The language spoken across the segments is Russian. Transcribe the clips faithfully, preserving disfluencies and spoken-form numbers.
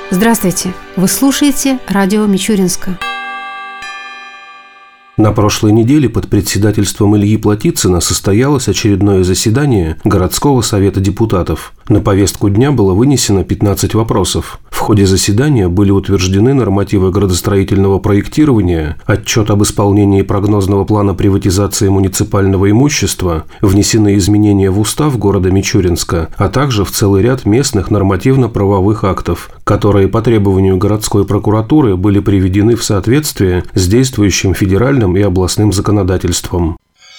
Здравствуйте! Вы слушаете радио Мичуринска. На прошлой неделе под председательством Ильи Платицына состоялось очередное заседание городского совета депутатов. На повестку дня было вынесено пятнадцать вопросов. В ходе заседания были утверждены нормативы градостроительного проектирования, отчет об исполнении прогнозного плана приватизации муниципального имущества, внесены изменения в устав города Мичуринска, а также в целый ряд местных нормативно-правовых актов, которые по требованию городской прокуратуры были приведены в соответствие с действующим федеральным и областным законодательством.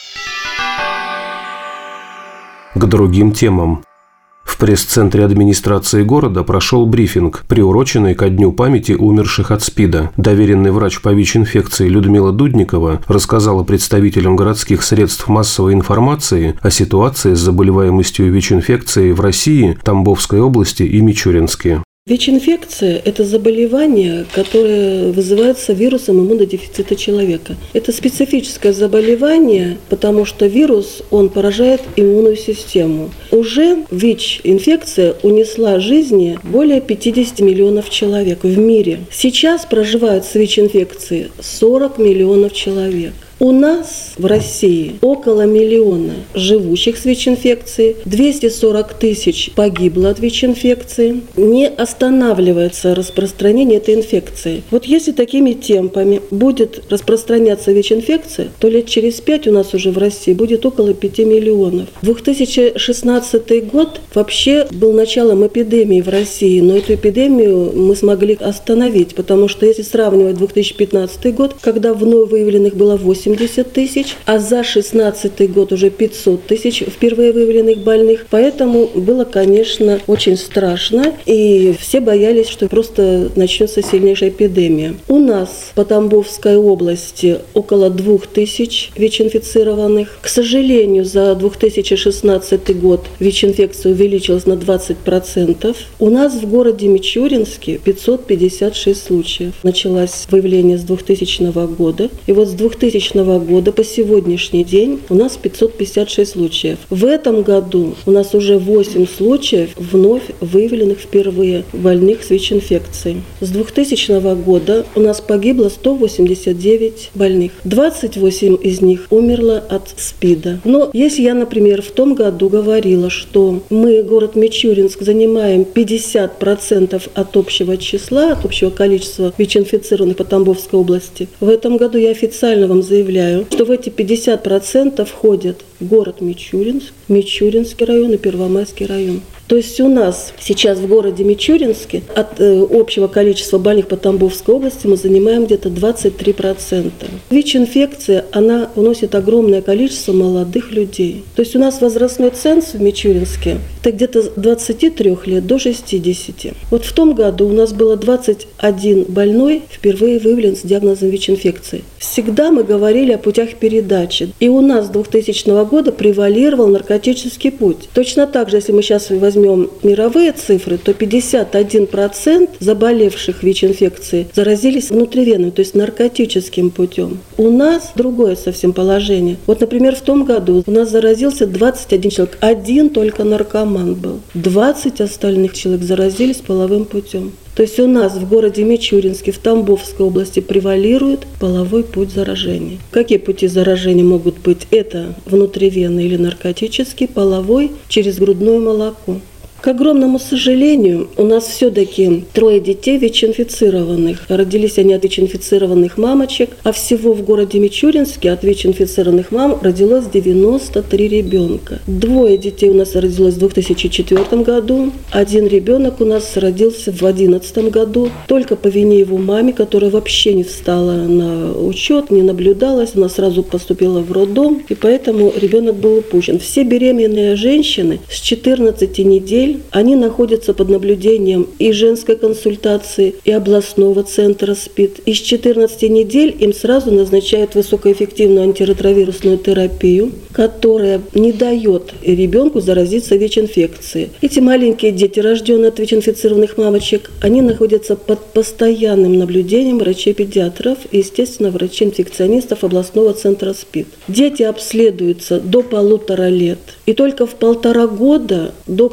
К другим темам. В пресс-центре администрации города прошел брифинг, приуроченный ко дню памяти умерших от СПИДа. Доверенный врач по ВИЧ-инфекции Людмила Дудникова рассказала представителям городских средств массовой информации о ситуации с заболеваемостью ВИЧ-инфекцией в России, Тамбовской области и Мичуринске. ВИЧ-инфекция – это заболевание, которое вызывается вирусом иммунодефицита человека. Это специфическое заболевание, потому что вирус, он поражает иммунную систему. Уже ВИЧ-инфекция унесла жизни более пятьдесят миллионов человек в мире. Сейчас проживают с ВИЧ-инфекцией сорок миллионов человек. У нас в России около миллиона живущих с ВИЧ-инфекцией, двести сорок тысяч погибло от ВИЧ-инфекции. Не останавливается распространение этой инфекции. Вот если такими темпами будет распространяться ВИЧ-инфекция, то лет через пять у нас уже в России будет около пяти миллионов. две тысячи шестнадцатый год вообще был началом эпидемии в России, но эту эпидемию мы смогли остановить, потому что если сравнивать две тысячи пятнадцатый год, когда вновь выявленных было восемьдесят тысяч, а за шестнадцатый год уже пятьсот тысяч впервые выявленных больных. Поэтому было, конечно, очень страшно, и все боялись, что просто начнется сильнейшая эпидемия. У нас по Тамбовской области около двух тысяч ВИЧ-инфицированных. К сожалению, за две тысячи шестнадцатый год ВИЧ-инфекция увеличилась на двадцать процентов. У нас в городе Мичуринске пятьсот пятьдесят шесть случаев. Началось выявление с двухтысячного года, и вот с двухтысячного года по сегодняшний день у нас пятьсот пятьдесят шесть случаев. В этом году у нас уже восемь случаев вновь выявленных впервые больных с ВИЧ-инфекцией. С двухтысячного года у нас погибло сто восемьдесят девять больных. двадцать восемь из них умерло от СПИДа. Но если я, например, в том году говорила, что мы, город Мичуринск, занимаем пятьдесят процентов от общего числа, от общего количества ВИЧ-инфицированных по Тамбовской области, в этом году я официально вам заявляю, что в эти пятьдесят процентов входят город Мичуринск, Мичуринский район и Первомайский район. То есть у нас сейчас в городе Мичуринске от э, общего количества больных по Тамбовской области мы занимаем где-то двадцать три процента. ВИЧ-инфекция, она уносит огромное количество молодых людей. То есть у нас возрастной ценз в Мичуринске это где-то с двадцати трёх лет до шестидесяти. Вот в том году у нас было двадцать один больной впервые выявлен с диагнозом ВИЧ-инфекции. Всегда мы говорили о путях передачи. И у нас с двухтысячного года превалировал наркотический путь. Точно так же, если мы сейчас возьмем возьмем мировые цифры, то пятьдесят один процент заболевших ВИЧ-инфекцией заразились внутривенным, то есть наркотическим путем. У нас другое совсем положение. Вот, например, в том году у нас заразился двадцать один человек, один только наркоман был. двадцать остальных человек заразились половым путем. То есть у нас в городе Мичуринске, в Тамбовской области превалирует половой путь заражения. Какие пути заражения могут быть? Это внутривенный или наркотический, половой через грудное молоко. К огромному сожалению, у нас все-таки трое детей ВИЧ-инфицированных. Родились они от ВИЧ-инфицированных мамочек, а всего в городе Мичуринске от ВИЧ-инфицированных мам родилось девяносто три ребенка. Двое детей у нас родилось в две тысячи четвёртом году, один ребенок у нас родился в две тысячи одиннадцатом году, только по вине его мамы, которая вообще не встала на учет, не наблюдалась, она сразу поступила в роддом, и поэтому ребенок был упущен. Все беременные женщины с четырнадцати недель они находятся под наблюдением и женской консультации, и областного центра СПИД. И с четырнадцати недель им сразу назначают высокоэффективную антиретровирусную терапию, которая не дает ребенку заразиться ВИЧ-инфекцией. Эти маленькие дети, рожденные от ВИЧ-инфицированных мамочек, они находятся под постоянным наблюдением врачей-педиатров и, естественно, врачей-инфекционистов областного центра СПИД. Дети обследуются до полутора лет. И только в полтора года доктор может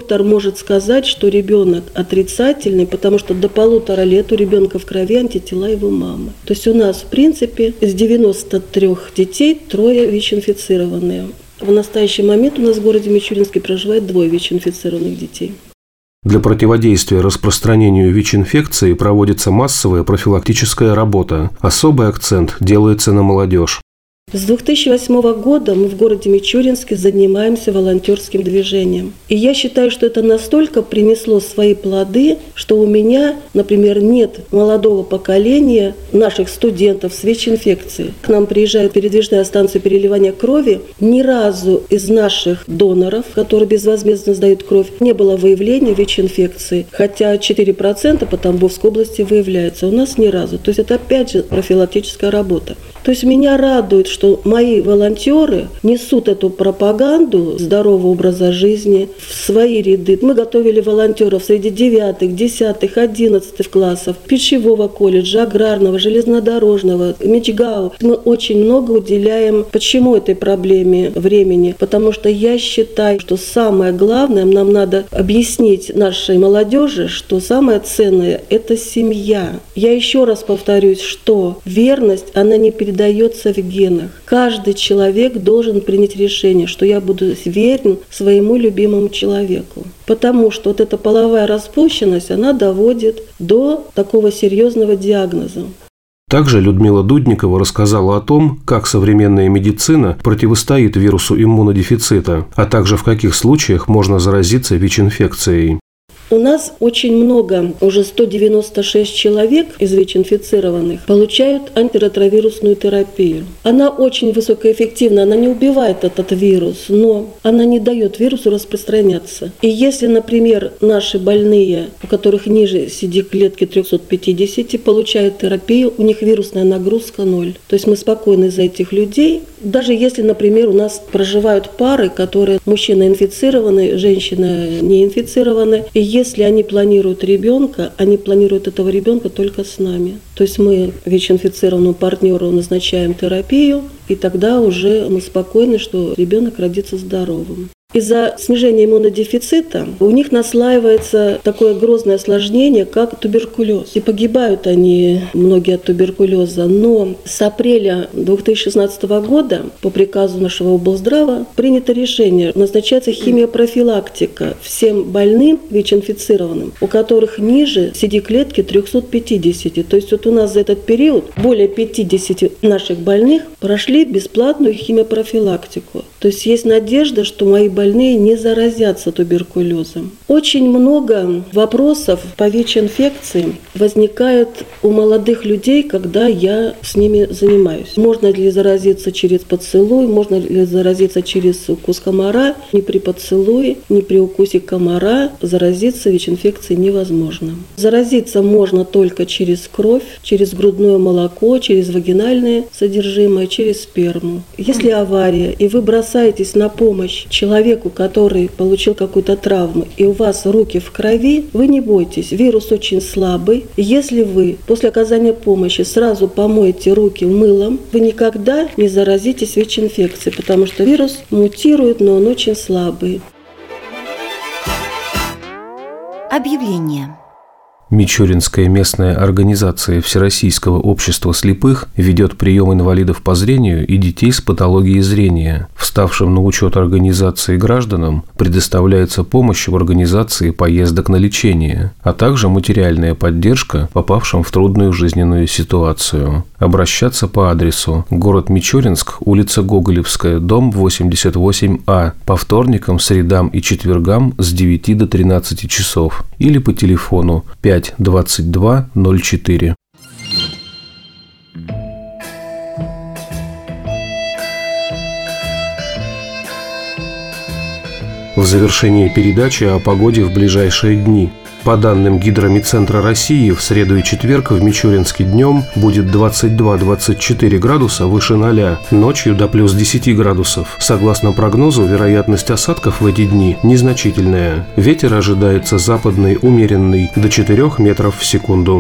может сказать, что ребенок отрицательный, потому что до полутора лет у ребенка в крови антитела его мамы. То есть у нас, в принципе, из девяноста трёх детей трое ВИЧ-инфицированные. В настоящий момент у нас в городе Мичуринске проживает двое ВИЧ-инфицированных детей. Для противодействия распространению ВИЧ-инфекции проводится массовая профилактическая работа. Особый акцент делается на молодежь. С две тысячи восьмого года мы в городе Мичуринске занимаемся волонтерским движением. И я считаю, что это настолько принесло свои плоды, что у меня, например, нет молодого поколения наших студентов с ВИЧ-инфекцией. К нам приезжает передвижная станция переливания крови. Ни разу из наших доноров, которые безвозмездно сдают кровь, не было выявления ВИЧ-инфекции. Хотя четыре процента по Тамбовской области выявляется. У нас ни разу. То есть это опять же профилактическая работа. То есть меня радует, что мои волонтеры несут эту пропаганду здорового образа жизни в свои ряды. Мы готовили волонтеров среди девятых, десятых, одиннадцатых классов, пищевого колледжа, аграрного, железнодорожного, МИЧГАУ. Мы очень много уделяем, почему этой проблеме времени. Потому что я считаю, что самое главное, нам надо объяснить нашей молодежи, что самое ценное – это семья. Я еще раз повторюсь, что верность, она не передается дается в генах. Каждый человек должен принять решение, что я буду верен своему любимому человеку. Потому что вот эта половая распущенность, она доводит до такого серьезного диагноза. Также Людмила Дудникова рассказала о том, как современная медицина противостоит вирусу иммунодефицита, а также в каких случаях можно заразиться ВИЧ-инфекцией. У нас очень много, уже сто девяносто шесть человек из ВИЧ-инфицированных получают антиретровирусную терапию. Она очень высокоэффективна, она не убивает этот вирус, но она не дает вирусу распространяться. И если, например, наши больные, у которых ниже си ди-клетки триста пятьдесят, получают терапию, у них вирусная нагрузка ноль. То есть мы спокойны за этих людей. Даже если, например, у нас проживают пары, которые мужчина инфицированы, женщина не инфицированы, и если они планируют ребенка, они планируют этого ребенка только с нами. То есть мы ВИЧ-инфицированному партнеру назначаем терапию, и тогда уже мы спокойны, что ребенок родится здоровым. Из-за снижения иммунодефицита у них наслаивается такое грозное осложнение, как туберкулез. И погибают они, многие от туберкулеза. Но с апреля две тысячи шестнадцатого года по приказу нашего облздрава принято решение, назначается химиопрофилактика всем больным ВИЧ-инфицированным, у которых ниже си ди-клетки триста пятьдесят. То есть вот у нас за этот период более пятьдесят наших больных прошли бесплатную химиопрофилактику. То есть есть надежда, что мои больные не заразятся туберкулезом. Очень много вопросов по ВИЧ-инфекции возникает у молодых людей, когда я с ними занимаюсь. Можно ли заразиться через поцелуй, можно ли заразиться через укус комара. Ни при поцелуе, ни при укусе комара заразиться ВИЧ-инфекцией невозможно. Заразиться можно только через кровь, через грудное молоко, через вагинальное содержимое, через сперму. Если авария, и вы бросаетесь на помощь человеку, который получил какую-то травму, и у вас руки в крови, вы не бойтесь, вирус очень слабый. Если вы после оказания помощи сразу помоете руки мылом, вы никогда не заразитесь ВИЧ-инфекцией, потому что вирус мутирует, но он очень слабый. Объявление. Мичуринская местная организация Всероссийского общества слепых ведет прием инвалидов по зрению и детей с патологией зрения. Вставшим на учет организации гражданам предоставляется помощь в организации поездок на лечение, а также материальная поддержка попавшим в трудную жизненную ситуацию. Обращаться по адресу: город Мичуринск, улица Гоголевская, дом восемьдесят восемь А, по вторникам, средам и четвергам с девяти до тринадцати часов или по телефону пять двадцать два ноль четыре. В завершении передачи о погоде в ближайшие дни. По данным Гидромедцентра России, в среду и четверг в Мичуринске днем будет двадцать два - двадцать четыре градуса выше ноля, ночью до плюс десяти градусов. Согласно прогнозу, вероятность осадков в эти дни незначительная. Ветер ожидается западный, умеренный, до четырёх метров в секунду.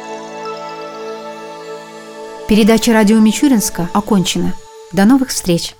Передача радио Мичуринска окончена. До новых встреч!